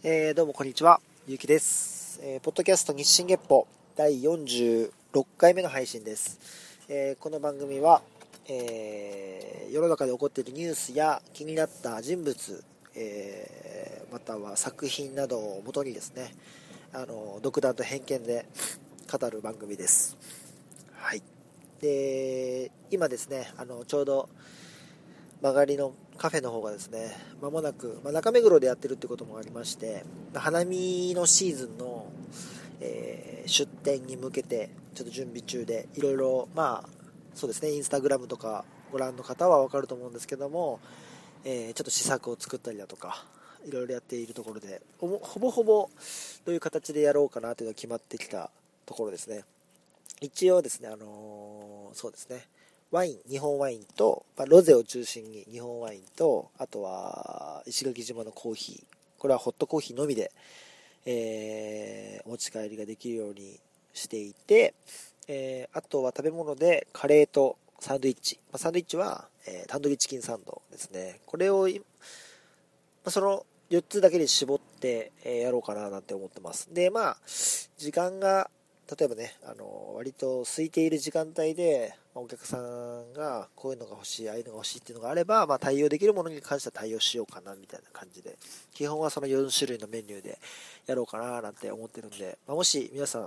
どうもこんにちは、ゆうきです。ポッドキャスト日進月歩第46回目の配信です。この番組は、世の中で起こっているニュースや気になった人物、または作品などをもとにですね、独断と偏見で語る番組です。はい。で、今ですね、ちょうど曲がりのカフェの方がですね、間もなく、中目黒でやってるってこともありまして、花見のシーズンの、出店に向けてちょっと準備中で、いろいろそうですね、インスタグラムとかご覧の方はわかると思うんですけども、ちょっと試作を作ったりだとかいろいろやっているところで、ほぼほぼどういう形でやろうかなというのが決まってきたところですね。一応ですね、そうですね、日本ワインと、ロゼを中心に日本ワインと、あとは石垣島のコーヒー、これはホットコーヒーのみで、お持ち帰りができるようにしていて、あとは食べ物でカレーとサンドイッチ、サンドイッチは、タンドリーチキンサンドですね。これを、その4つだけで絞って、やろうかななんて思ってます。で、時間が例えばね、割と空いている時間帯で、お客さんがこういうのが欲しい、ああいうのが欲しいっていうのがあれば、対応できるものに関しては対応しようかなみたいな感じで、基本はその4種類のメニューでやろうかななんて思ってるんで、もし皆さん、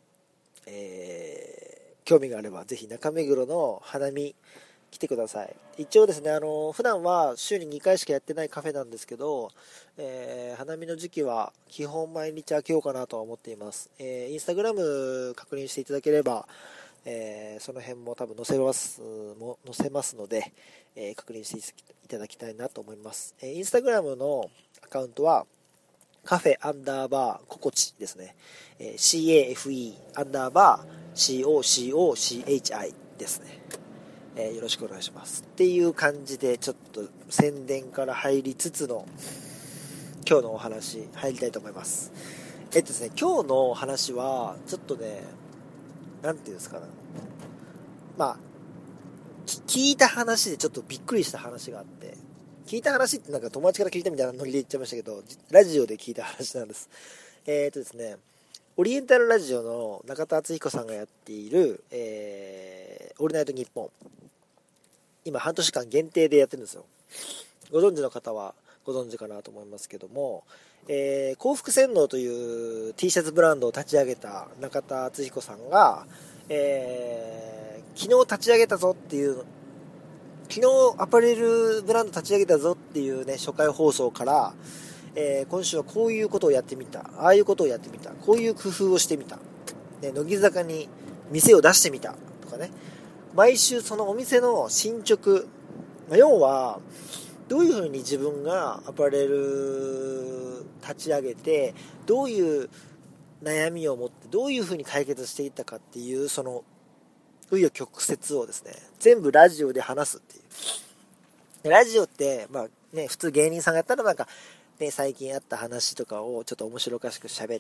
興味があればぜひ中目黒の花見来てください。一応ですね、普段は週に2回しかやってないカフェなんですけど、花見の時期は基本毎日開けようかなとは思っています。インスタグラム確認していただければ、その辺も多分載せますので、確認していただきたいなと思います。インスタグラムのアカウントはカフェアンダーバーココチですね。CAFE アンダーバー COCOCHI ですね。よろしくお願いしますっていう感じで、ちょっと宣伝から入りつつの今日のお話入りたいと思います。ですね、今日の話はちょっとね、なんていうんですかな、聞いた話でちょっとびっくりした話があって、聞いた話ってなんか友達から聞いたみたいなノリで言っちゃいましたけど、ラジオで聞いた話なんです。ですね、オリエンタルラジオの中田敦彦さんがやっている、オールナイトニッポン、今半年間限定でやってるんですよ。ご存知の方はご存知かなと思いますけども、幸福洗脳という T シャツブランドを立ち上げた中田敦彦さんが、昨日立ち上げたぞっていう、昨日アパレルブランド立ち上げたぞっていうね、初回放送から、今週はこういうことをやってみた、ああいうことをやってみた、こういう工夫をしてみた、乃木坂に店を出してみたとかね、毎週そのお店の進捗、要はどういうふうに自分がアパレル立ち上げて、どういう悩みを持ってどういうふうに解決していったかっていう、その紆余曲折をですね、全部ラジオで話すっていう。ラジオって普通芸人さんがやったら最近あった話とかをちょっと面白おかしく喋って、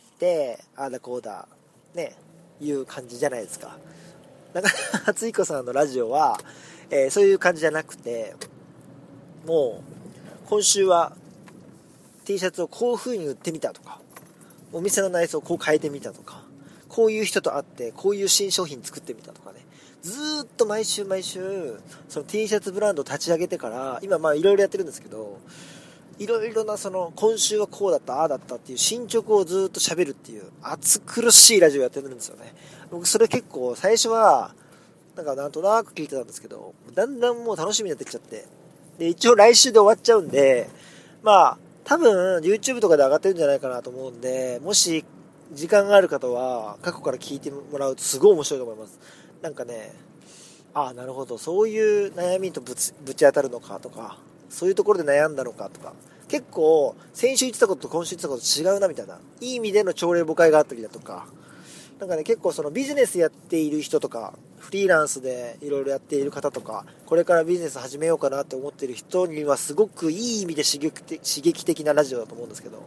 ああだこうだねいう感じじゃないですか。中田敦彦さんのラジオは、そういう感じじゃなくて、もう今週は T シャツをこういう風に売ってみたとか、お店の内装をこう変えてみたとか、こういう人と会ってこういう新商品作ってみたとかね、ずーっと毎週その T シャツブランドを立ち上げてから、今いろいろやってるんですけど、いろいろなその今週はこうだったああだったっていう進捗をずっと喋るっていう暑苦しいラジオやってるんですよね。僕それ結構最初はなんとなく聞いてたんですけど、だんだんもう楽しみになってきちゃって、で一応来週で終わっちゃうんで、多分 YouTube とかで上がってるんじゃないかなと思うんで、もし時間がある方は過去から聞いてもらうとすごい面白いと思います。なるほど、そういう悩みとぶち当たるのかとか、そういうところで悩んだのかとか、結構先週言ってたことと今週言ってたこと違うなみたいな、いい意味での朝礼誤解があったりだとか、結構そのビジネスやっている人とか、フリーランスでいろいろやっている方とか、これからビジネス始めようかなって思っている人にはすごくいい意味で刺激的なラジオだと思うんですけど、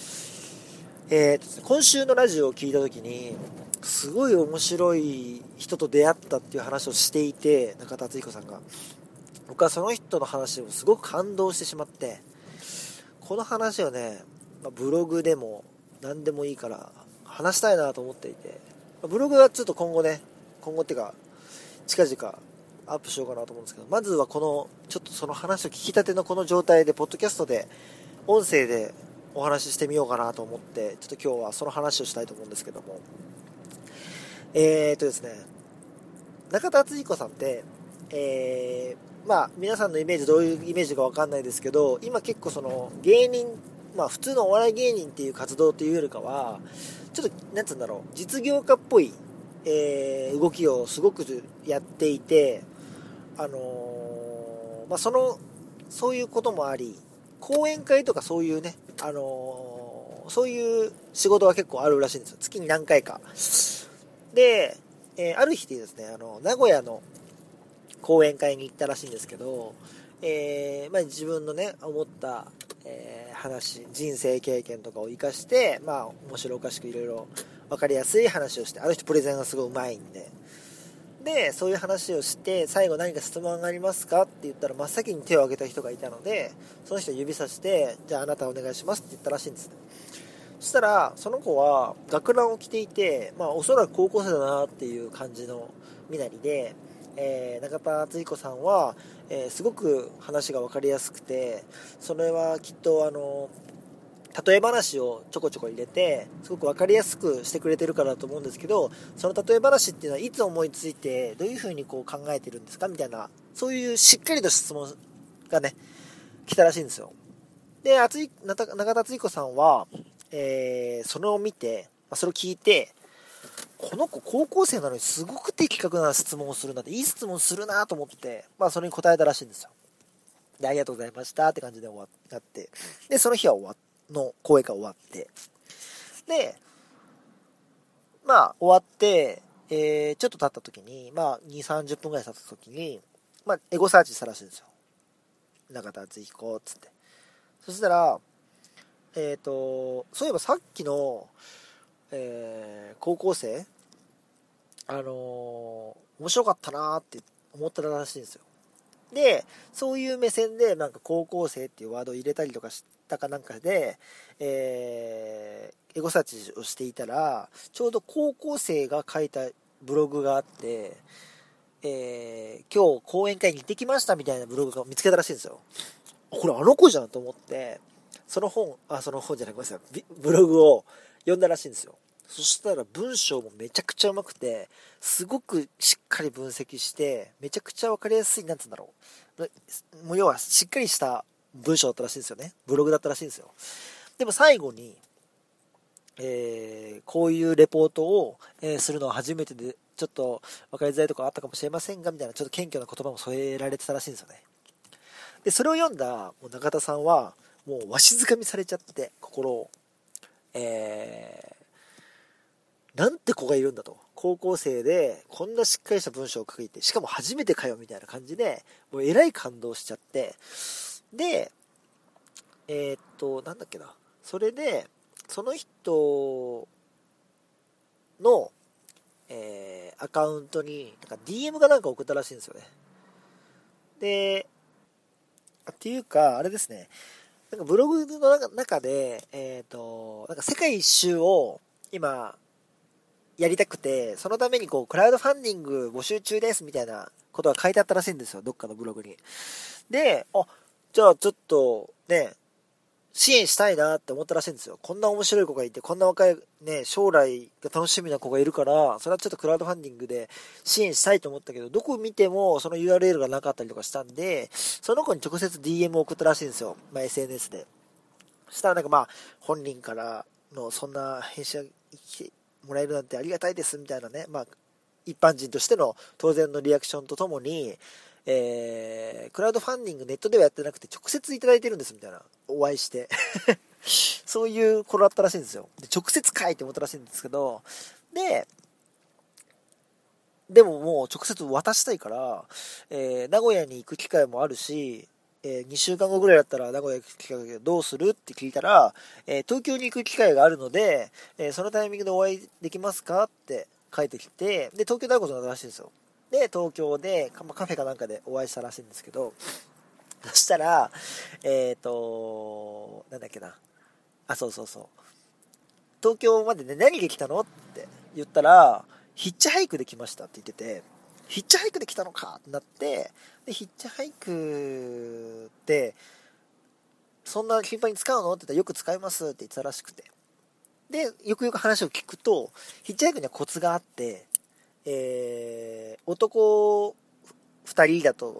今週のラジオを聞いた時にすごい面白い人と出会ったっていう話をしていて、中田敦彦さんが、僕はその人の話をすごく感動してしまって、この話をね、 ブログでも何でもいいから話したいなと思っていて、ブログはちょっと今後っていうか近々アップしようかなと思うんですけど、まずはちょっとその話を聞きたてのこの状態でポッドキャストで音声でお話ししてみようかなと思って、ちょっと今日はその話をしたいと思うんですけども、ですね、中田敦彦さんって、皆さんのイメージどういうイメージかわかんないですけど、今結構その芸人、普通のお笑い芸人っていう活動っていうよりかは、ちょっとなんつうんだろう、実業家っぽい、動きをすごくやっていて、そういうこともあり、講演会とかそういうね、そういう仕事は結構あるらしいんですよ。月に何回か。で、ある日でですね、名古屋の講演会に行ったらしいんですけど、自分のね、思った、話、人生経験とかを活かして、面白おかしくいろいろ分かりやすい話をして、ある人プレゼンがすごい上手いんで、そういう話をして、最後何か質問がありますかって言ったら、真っ先に手を挙げた人がいたので、その人指さして、じゃああなたお願いしますって言ったらしいんですね。そしたら、その子は学ランを着ていて、おそらく高校生だなっていう感じの身なりで、中田敦彦さんは、すごく話が分かりやすくて、それはきっと例え話をちょこちょこ入れてすごく分かりやすくしてくれてるからだと思うんですけど、その例え話っていうのはいつ思いついてどういうふうにこう考えてるんですかみたいな、そういうしっかりと質問がね来たらしいんですよ。で中田敦彦さんは、それを見て、それを聞いて、この子高校生なのにすごく的確な質問をするなって、いい質問するなと思って、それに答えたらしいんですよ。で、ありがとうございましたって感じで終わって、でその日は講演会終わって、で終わって、ちょっと経った時に、2、30分ぐらい経った時に、エゴサーチしたらしいんですよ。中田敦彦っつって。そしたら、そういえばさっきの、高校生、面白かったなーって思ったらしいんですよ。で、そういう目線でなんか高校生っていうワードを入れたりとかしたかなんかで、エゴサーチをしていたら、ちょうど高校生が書いたブログがあって、今日講演会に行ってきましたみたいなブログを見つけたらしいんですよ。これあの子じゃんと思って、その本じゃなくてブログを読んだらしいんですよ。そしたら文章もめちゃくちゃうまくて、すごくしっかり分析して、めちゃくちゃわかりやすい、なんつうんだろう。もう要はしっかりした文章だったらしいんですよね。ブログだったらしいんですよ。でも最後に、こういうレポートを、するのは初めてで、ちょっとわかりづらいところあったかもしれませんが、みたいなちょっと謙虚な言葉も添えられてたらしいんですよね。で、それを読んだもう中田さんは、もうわしづかみされちゃって、心を。なんて子がいるんだと。高校生でこんなしっかりした文章を書いて、しかも初めてかよみたいな感じで、もうえらい感動しちゃって、で、なんだっけな。それで、その人の、アカウントに、なんか DM かなんか送ったらしいんですよね。で、っていうか、あれですね。なんかブログの中で、なんか世界一周を今、やりたくて、そのためにこう、クラウドファンディング募集中ですみたいなことが書いてあったらしいんですよ。どっかのブログに。で、じゃあちょっとね、支援したいなって思ったらしいんですよ。こんな面白い子がいて、こんな若いね、将来が楽しみな子がいるから、それはちょっとクラウドファンディングで支援したいと思ったけど、どこ見てもその URL がなかったりとかしたんで、その子に直接 DM を送ったらしいんですよ。SNS で。そしたらなんか本人からのそんな返信がもらえるなんてありがたいですみたいなね、一般人としての当然のリアクションとともに、クラウドファンディングネットではやってなくて直接いただいてるんですみたいな、お会いしてそういう子だったらしいんですよ。で直接かいって思ったらしいんですけど、でももう直接渡したいから、名古屋に行く機会もあるし、2週間後ぐらいだったら名古屋行く機会どうするって聞いたら、東京に行く機会があるので、そのタイミングでお会いできますかって書いてきて、で東京で会うことになったらしいんですよ。で東京でカフェかなんかでお会いしたらしいんですけど、そしたらなんだっけな、 そうそうそう。東京までね、何で来たのって言ったら、ヒッチハイクで来ましたって言ってて、ヒッチハイクで来たのかってなって、で、ヒッチハイクって、そんな頻繁に使うのって言ったらよく使いますって言ってたらしくて。で、よくよく話を聞くと、ヒッチハイクにはコツがあって、男2人だと、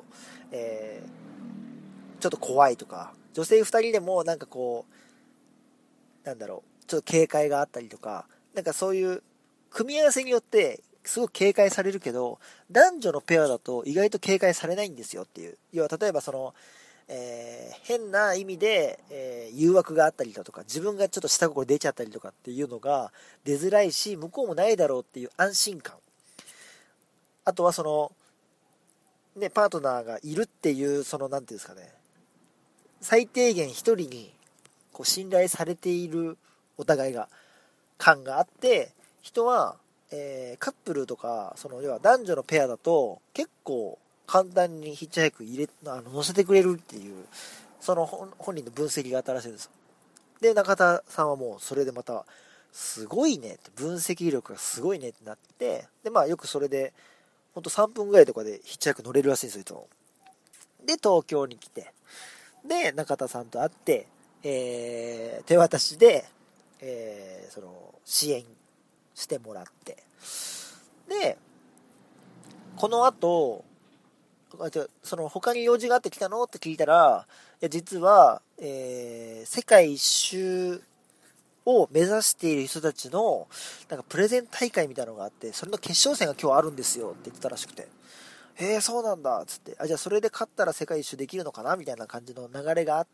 ちょっと怖いとか、女性2人でもなんかこう、なんだろう、ちょっと警戒があったりとか、なんかそういう組み合わせによってすごく警戒されるけど、男女のペアだと意外と警戒されないんですよっていう。要は例えばその、変な意味で、誘惑があったりだとか、自分がちょっと下心出ちゃったりとかっていうのが出づらいし、向こうもないだろうっていう安心感。あとはその、ね、パートナーがいるっていう、その、なんていうんですかね、最低限一人にこう信頼されているお互いが感があって、人は、カップルとかその要は男女のペアだと結構簡単にヒッチハイク乗せてくれるっていうその本人の分析があったらしいんですよ。で、中田さんはもうそれでまたすごいねって、分析力がすごいねってなって、でまあよくそれでほんと3分ぐらいとかでヒッチハイク乗れるらしいんですよ、いつも。で東京に来て、で中田さんと会って、手渡しで、その支援してもらって、でこの後その他に用事があって来たのって聞いたら、いや実は、世界一周を目指している人たちのなんかプレゼン大会みたいなのがあって、それの決勝戦が今日あるんですよって言ってたらしくて、へえそうなんだっつって、じゃあそれで勝ったら世界一周できるのかなみたいな感じの流れがあって、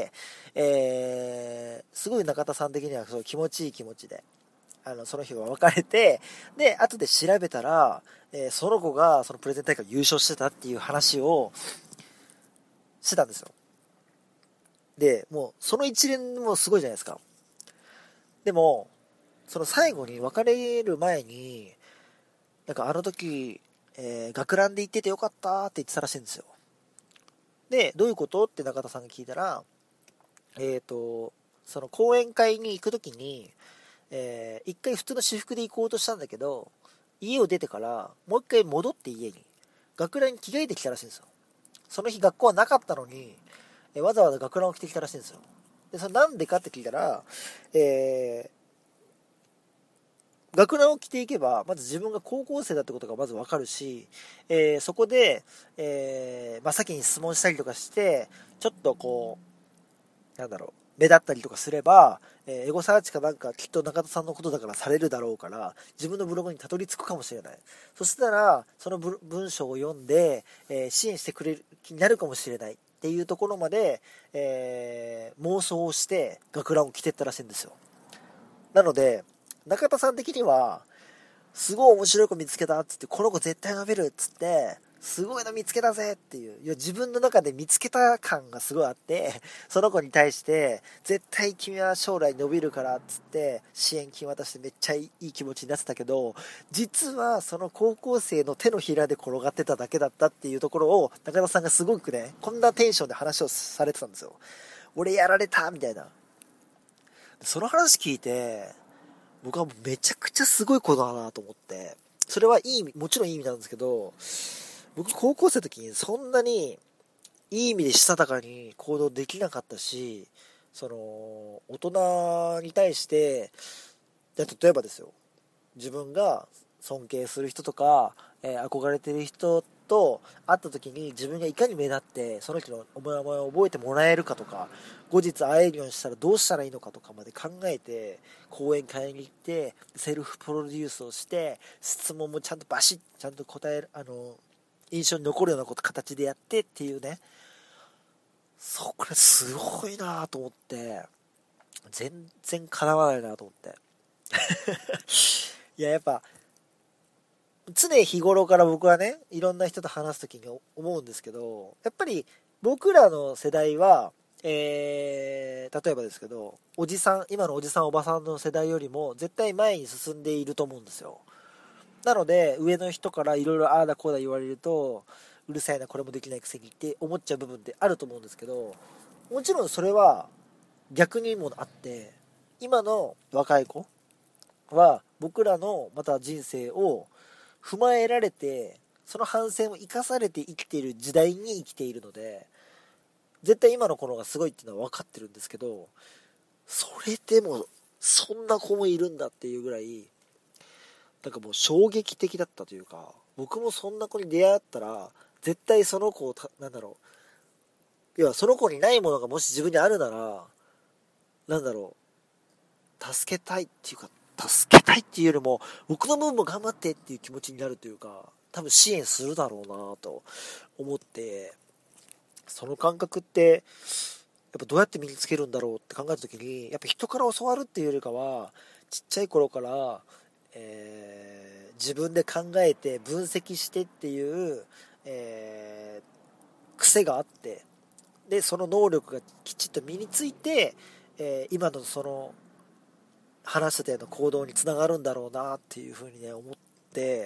すごい中田さん的にはそう気持ちいい気持ちでその日は別れて、で後で調べたら、その子がそのプレゼン大会優勝してたっていう話をしてたんですよ。でもうその一連もすごいじゃないですか。でもその最後に別れる前になんかあの時、学ランで行っててよかったって言ってたらしいんですよ。でどういうことって中田さんが聞いたら、その講演会に行く時に、一回普通の私服で行こうとしたんだけど、家を出てからもう一回戻って家に学ランに着替えてきたらしいんですよ。その日学校はなかったのに、わざわざ学ランを着てきたらしいんですよ。でそれなんでかって聞いたら、学ランを着ていけばまず自分が高校生だってことがまず分かるし、そこで、先に質問したりとかしてちょっとこうなんだろう目立ったりとかすれば、エゴサーチかなんかきっと中田さんのことだからされるだろうから自分のブログにたどり着くかもしれない。そしたらその文章を読んで、支援してくれる気になるかもしれないっていうところまで、妄想をして学ランを着てったらしいんですよ。なので中田さん的にはすごい面白い子見つけたっつって、この子絶対伸びるっつってすごいの見つけたぜっていう、いや自分の中で見つけた感がすごいあって、その子に対して絶対君は将来伸びるからっつって支援金渡してめっちゃいい気持ちになってたけど、実はその高校生の手のひらで転がってただけだったっていうところを中田さんがすごくね、こんなテンションで話をされてたんですよ。俺やられたみたいな。その話聞いて僕はめちゃくちゃすごい子だなと思って、それはいい意味、もちろんいい意味なんですけど、僕高校生の時にそんなにいい意味でしたたかに行動できなかったし、その大人に対して、例えばですよ、自分が尊敬する人とか、憧れてる人と会った時に自分がいかに目立ってその人のお名前を覚えてもらえるかとか、後日会えるようにしたらどうしたらいいのかとかまで考えて講演会に行ってセルフプロデュースをして質問もちゃんとバシッちゃんと答える印象に残るようなこと形でやってっていうね、これすごいなと思って、全然かなわないなと思っていややっぱ常日頃から僕はねいろんな人と話す時に思うんですけど、やっぱり僕らの世代は、例えばですけどおじさん、今のおじさんおばさんの世代よりも絶対前に進んでいると思うんですよ。なので上の人からいろいろああだこうだ言われるとうるさいなこれもできないくせにって思っちゃう部分ってあると思うんですけど、もちろんそれは逆にもあって、 今の若い子は僕らのまた人生を踏まえられて、その反省を生かされて生きている時代に生きているので、絶対今の子の方がすごいっていうのは分かってるんですけど、それでもそんな子もいるんだっていうぐらい、なんかもう衝撃的だったというか、僕もそんな子に出会ったら絶対その子をなんだろう、要はその子にないものがもし自分にあるなら、なんだろう、助けたいっていうか、助けたいっていうよりも僕の分も頑張ってっていう気持ちになるというか、多分支援するだろうなと思って、その感覚ってやっぱどうやって身につけるんだろうって考えた時に、やっぱ人から教わるっていうよりかは、ちっちゃい頃から、自分で考えて分析してっていう、癖があって、でその能力がきちっと身について、今のその話してたような行動につながるんだろうなっていうふうにね思って、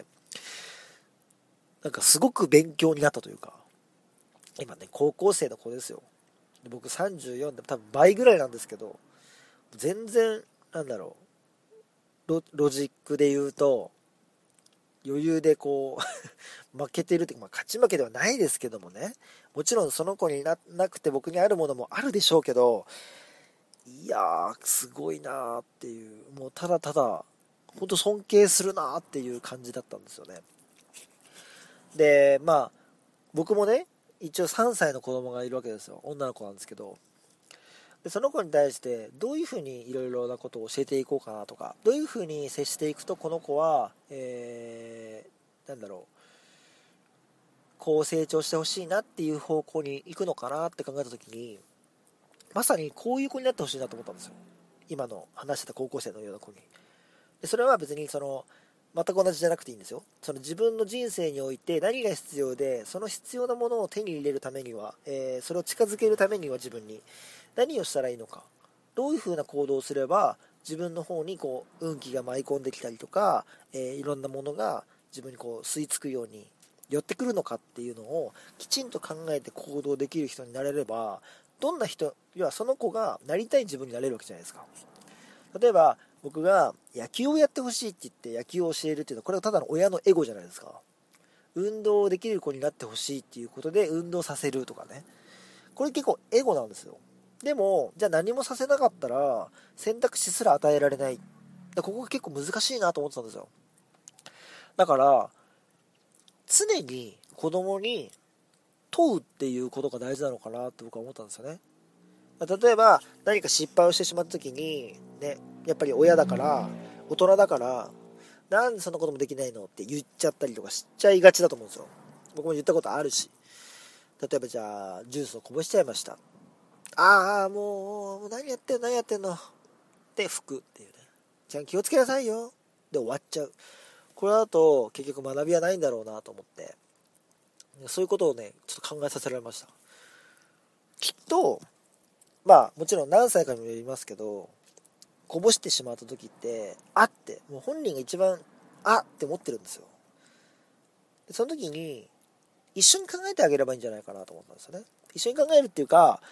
なんかすごく勉強になったというか、今ね高校生の子ですよ。で僕34で多分倍ぐらいなんですけど、全然なんだろう、ロジックで言うと余裕でこう負けてるっていうか、まあ、勝ち負けではないですけどもね、もちろんその子になくて僕にあるものもあるでしょうけど、いやーすごいなーっていう、もうただただ本当尊敬するなーっていう感じだったんですよね。でまあ僕もね一応3歳の子供がいるわけですよ。女の子なんですけど、でその子に対してどういうふうにいろいろなことを教えていこうかなとか、どういうふうに接していくとこの子は、なんだろう、こう成長してほしいなっていう方向に行くのかなって考えた時に、まさにこういう子になってほしいなと思ったんですよ。今の話してた高校生のような子に。でそれは別にその全く同じじゃなくていいんですよ。その自分の人生において何が必要で、その必要なものを手に入れるためには、それを近づけるためには自分に何をしたらいいのか、どういうふうな行動をすれば自分の方にこう運気が舞い込んできたりとか、いろんなものが自分にこう吸い付くように寄ってくるのかっていうのをきちんと考えて行動できる人になれれば、どんな人、要はその子がなりたい自分になれるわけじゃないですか。例えば僕が野球をやってほしいって言って野球を教えるっていうのは、これはただの親のエゴじゃないですか。運動できる子になってほしいっていうことで運動させるとかね、これ結構エゴなんですよ。でもじゃあ何もさせなかったら選択肢すら与えられない。ここが結構難しいなと思ってたんですよ。だから常に子供に問うっていうことが大事なのかなって僕は思ったんですよね。例えば何か失敗をしてしまった時にね、やっぱり親だから大人だからなんでそんなこともできないのって言っちゃったりとかしちゃいがちだと思うんですよ。僕も言ったことあるし、例えばじゃあジュースをこぼしちゃいました。ああもう何やってんの何やってんので拭くっていうね、じゃあ気をつけなさいよで終わっちゃう。これだと結局学びはないんだろうなと思って、そういうことをねちょっと考えさせられました。きっとまあもちろん何歳かにもよりますけど、こぼしてしまった時ってあってもう本人が一番あって思ってるんですよ。でその時に一緒に考えてあげればいいんじゃないかなと思ったんですよね。一緒に考えるっていうか、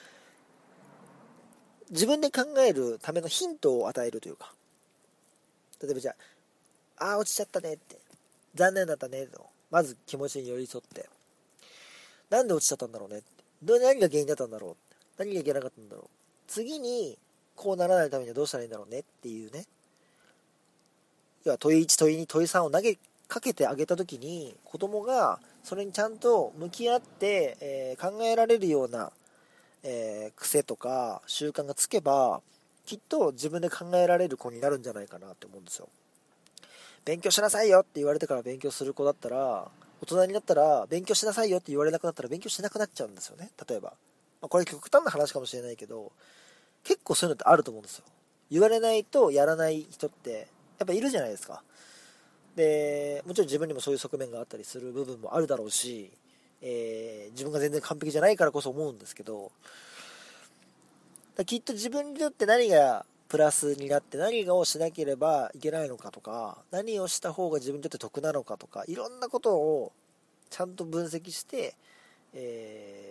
自分で考えるためのヒントを与えるというか、例えばじゃあ落ちちゃったねって残念だったねとまず気持ちに寄り添って、なんで落ちちゃったんだろうねって、何が原因だったんだろう、何がいけなかったんだろう、次にこうならないためにはどうしたらいいんだろうねっていうね、要は問い1問い2問い3を投げかけてあげた時に子供がそれにちゃんと向き合って、考えられるような、癖とか習慣がつけばきっと自分で考えられる子になるんじゃないかなって思うんですよ。勉強しなさいよって言われてから勉強する子だったら、大人になったら勉強しなさいよって言われなくなったら勉強しなくなっちゃうんですよね。例えば、これ極端な話かもしれないけど結構そういうのってあると思うんですよ。言われないとやらない人ってやっぱいるじゃないですか。でもちろん自分にもそういう側面があったりする部分もあるだろうし、自分が全然完璧じゃないからこそ思うんですけど、きっと自分にとって何がプラスになって何をしなければいけないのかとか、何をした方が自分にとって得なのかとか、いろんなことをちゃんと分析して、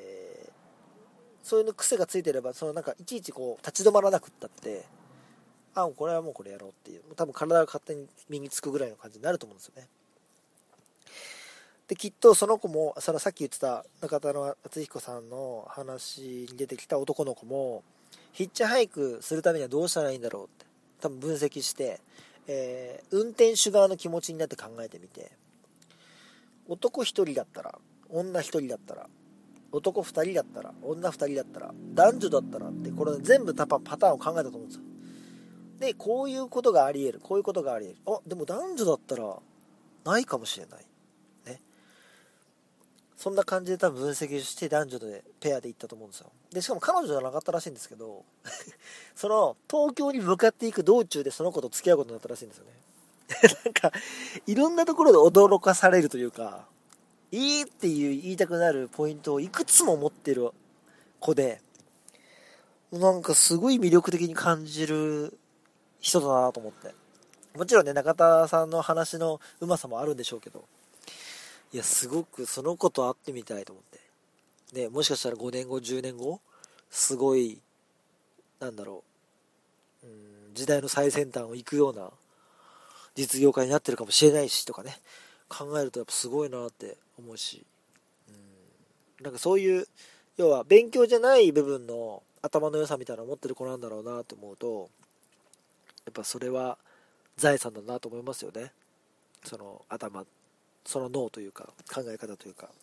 そういうの癖がついてれば、そのなんかいちいちこう立ち止まらなくったってこれはもうこれやろうっていう、多分体が勝手に身につくぐらいの感じになると思うんですよね。できっとその子もさっき言ってた中田の敦彦さんの話に出てきた男の子もヒッチハイクするためにはどうしたらいいんだろうって多分分析して、運転手側の気持ちになって考えてみて、男一人だったら女一人だったら男二人だったら女二人だったら男女だったらって、これ全部パターンを考えたと思うんですよ。でこういうことがあり得る、こういうことがあり得る、でも男女だったらないかもしれないね。そんな感じで多分分析して男女でペアで行ったと思うんですよ。でしかも彼女じゃなかったらしいんですけどその東京に向かっていく道中でその子と付き合うことになったらしいんですよねなんかいろんなところで驚かされるというか、いいっていう言いたくなるポイントをいくつも持ってる子で、なんかすごい魅力的に感じる人だなと思って。もちろんね、中田さんの話のうまさもあるんでしょうけど、いやすごくその子と会ってみたいと思ってね。もしかしたら5年後10年後すごいなんだろう、時代の最先端を行くような実業家になってるかもしれないしとかね、考えるとやっぱすごいなって思うし、なんかそういう要は勉強じゃない部分の頭の良さみたいなのを持ってる子なんだろうなと思うと、やっぱそれは財産だなと思いますよね。その頭、その脳というか考え方というか。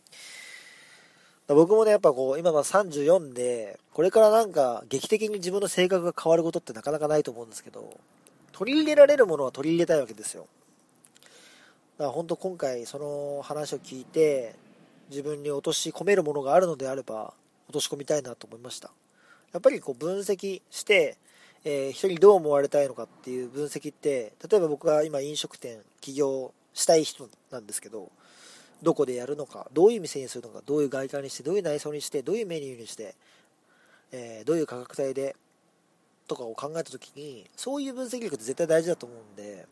僕もねやっぱこう今は34で、これからなんか劇的に自分の性格が変わることってなかなかないと思うんですけど、取り入れられるものは取り入れたいわけですよ。だから本当今回その話を聞いて自分に落とし込めるものがあるのであれば落とし込みたいなと思いました。やっぱりこう分析して、人にどう思われたいのかっていう分析って、例えば僕が今飲食店起業したい人なんですけど、どこでやるのか、どういう店にするのか、どういう外観にして、どういう内装にして、どういうメニューにして、どういう価格帯でとかを考えた時に、そういう分析力って絶対大事だと思うんで、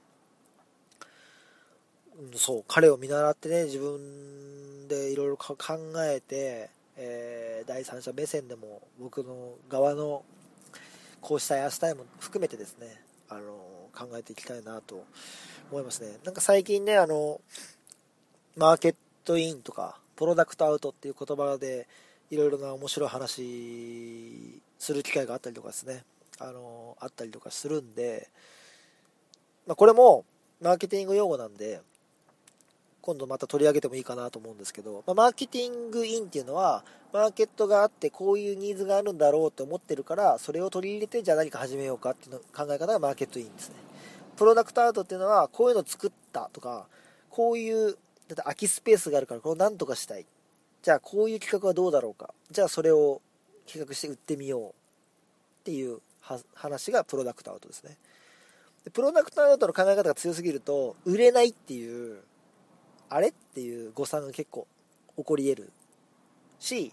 そう彼を見習ってね、自分でいろいろ考えて、第三者目線でも僕の側のこうしたいああしたいも含めてですね、考えていきたいなと思いますね。なんか最近ね、マーケットインとかプロダクトアウトっていう言葉でいろいろな面白い話する機会があったりとかですね、あったりとかするんで、これもマーケティング用語なんで今度また取り上げてもいいかなと思うんですけど、マーケティングインっていうのはマーケットがあってこういうニーズがあるんだろうと思ってるから、それを取り入れてじゃあ何か始めようかっていうの考え方がマーケットインですね。プロダクトアウトっていうのはこういうの作ったとか、こういうだって空きスペースがあるからこれを何とかしたい、じゃあこういう企画はどうだろうか、じゃあそれを企画して売ってみようっていう話がプロダクトアウトですね。でプロダクトアウトの考え方が強すぎると売れないっていうあれっていう誤算が結構起こり得るし、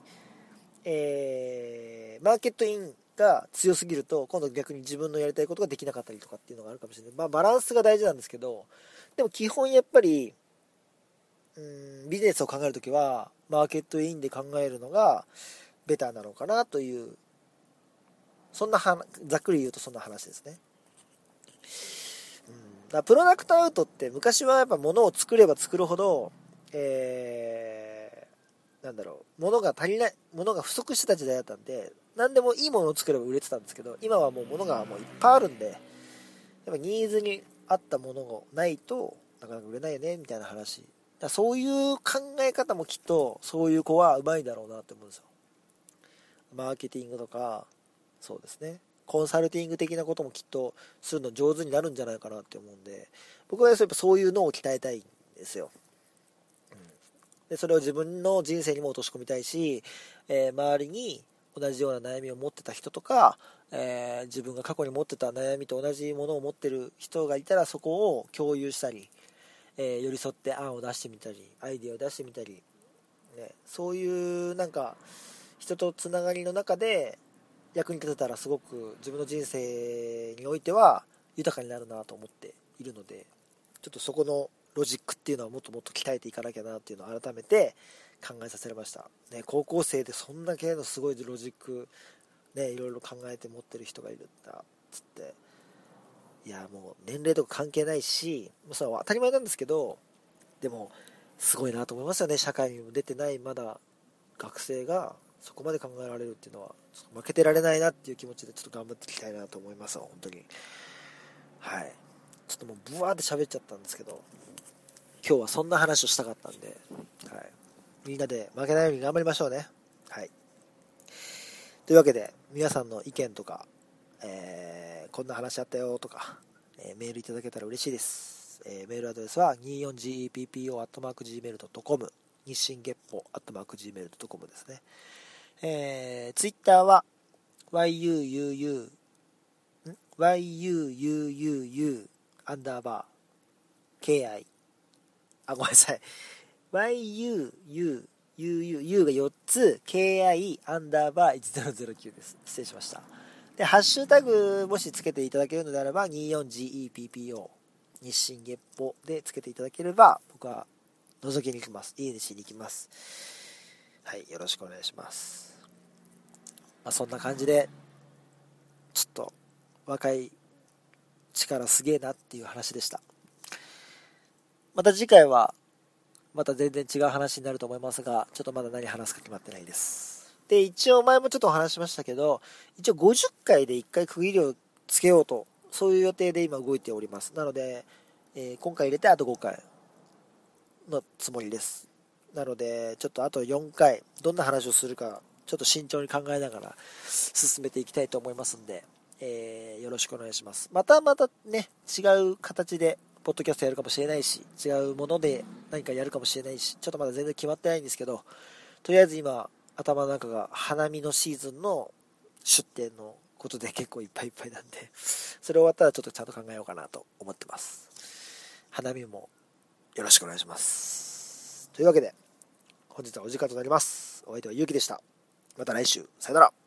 マーケットインが強すぎると今度逆に自分のやりたいことができなかったりとかっていうのがあるかもしれない。バランスが大事なんですけど、でも基本やっぱりビジネスを考えるときはマーケットインで考えるのがベターなのかなという、そんなざっくり言うとそんな話ですね。だからプロダクトアウトって昔はやっぱ物を作れば作るほど、なんだろう、物が足りない、物が不足してた時代だったんで、何でもいいものを作れば売れてたんですけど、今はもう物がもういっぱいあるんで、やっぱニーズに合ったものがないとなかなか売れないよねみたいな話。だそういう考え方もきっとそういう子はうまいだろうなって思うんですよ。マーケティングとか、そうですね、コンサルティング的なこともきっとするの上手になるんじゃないかなって思うんで、僕はやっぱそういうのを鍛えたいんですよ。でそれを自分の人生にも落とし込みたいし、周りに同じような悩みを持ってた人とか、自分が過去に持ってた悩みと同じものを持ってる人がいたらそこを共有したり、寄り添って案を出してみたりアイデアを出してみたり、ね、そういうなんか人とつながりの中で役に立てたらすごく自分の人生においては豊かになるなと思っているので、ちょっとそこのロジックっていうのはもっともっと鍛えていかなきゃなっていうのを改めて考えさせられました、ね、高校生でそんだけのすごいロジック、ね、いろいろ考えて持ってる人がいるんだっつって、 いやもう年齢とか関係ないし、それは当たり前なんですけど、でもすごいなと思いますよね。社会にも出てないまだ学生がそこまで考えられるっていうのはちょっと負けてられないなっていう気持ちでちょっと頑張っていきたいなと思います本当に。はい。ちょっともうブワーって喋っちゃったんですけど、今日はそんな話をしたかったんで、はい、みんなで負けないように頑張りましょうね。はい。というわけで皆さんの意見とか、こんな話あったよとか、メールいただけたら嬉しいです。メールアドレスは 24geppo@gmail.com 日進月歩 @gmail.com ですね。ツイッターは yuuu アンダーバー ki ごめんなさい yuuu U が4つ ki アンダーバー1009です。失礼しました。でハッシュタグもしつけていただけるのであれば 24GEPPO 日進月歩でつけていただければ僕は覗きに行きます。いいねしに行きます。はい、よろしくお願いします。そんな感じでちょっと若い力すげえなっていう話でした。また次回はまた全然違う話になると思いますが、ちょっとまだ何話すか決まってないです。で、一応前もちょっとお話しましたけど、一応50回で1回区切りをつけようと、そういう予定で今動いております。なので、今回入れてあと5回のつもりです。なので、ちょっとあと4回、どんな話をするか、ちょっと慎重に考えながら進めていきたいと思いますんで、よろしくお願いします。またね、違う形で、ポッドキャストやるかもしれないし、違うもので何かやるかもしれないし、ちょっとまだ全然決まってないんですけど、とりあえず今、頭の中が花見のシーズンの出店のことで結構いっぱいいっぱいなんで、それ終わったらちょっとちゃんと考えようかなと思ってます。花見もよろしくお願いします。というわけで、本日はお時間となります。お相手はゆうきでした。また来週、さよなら。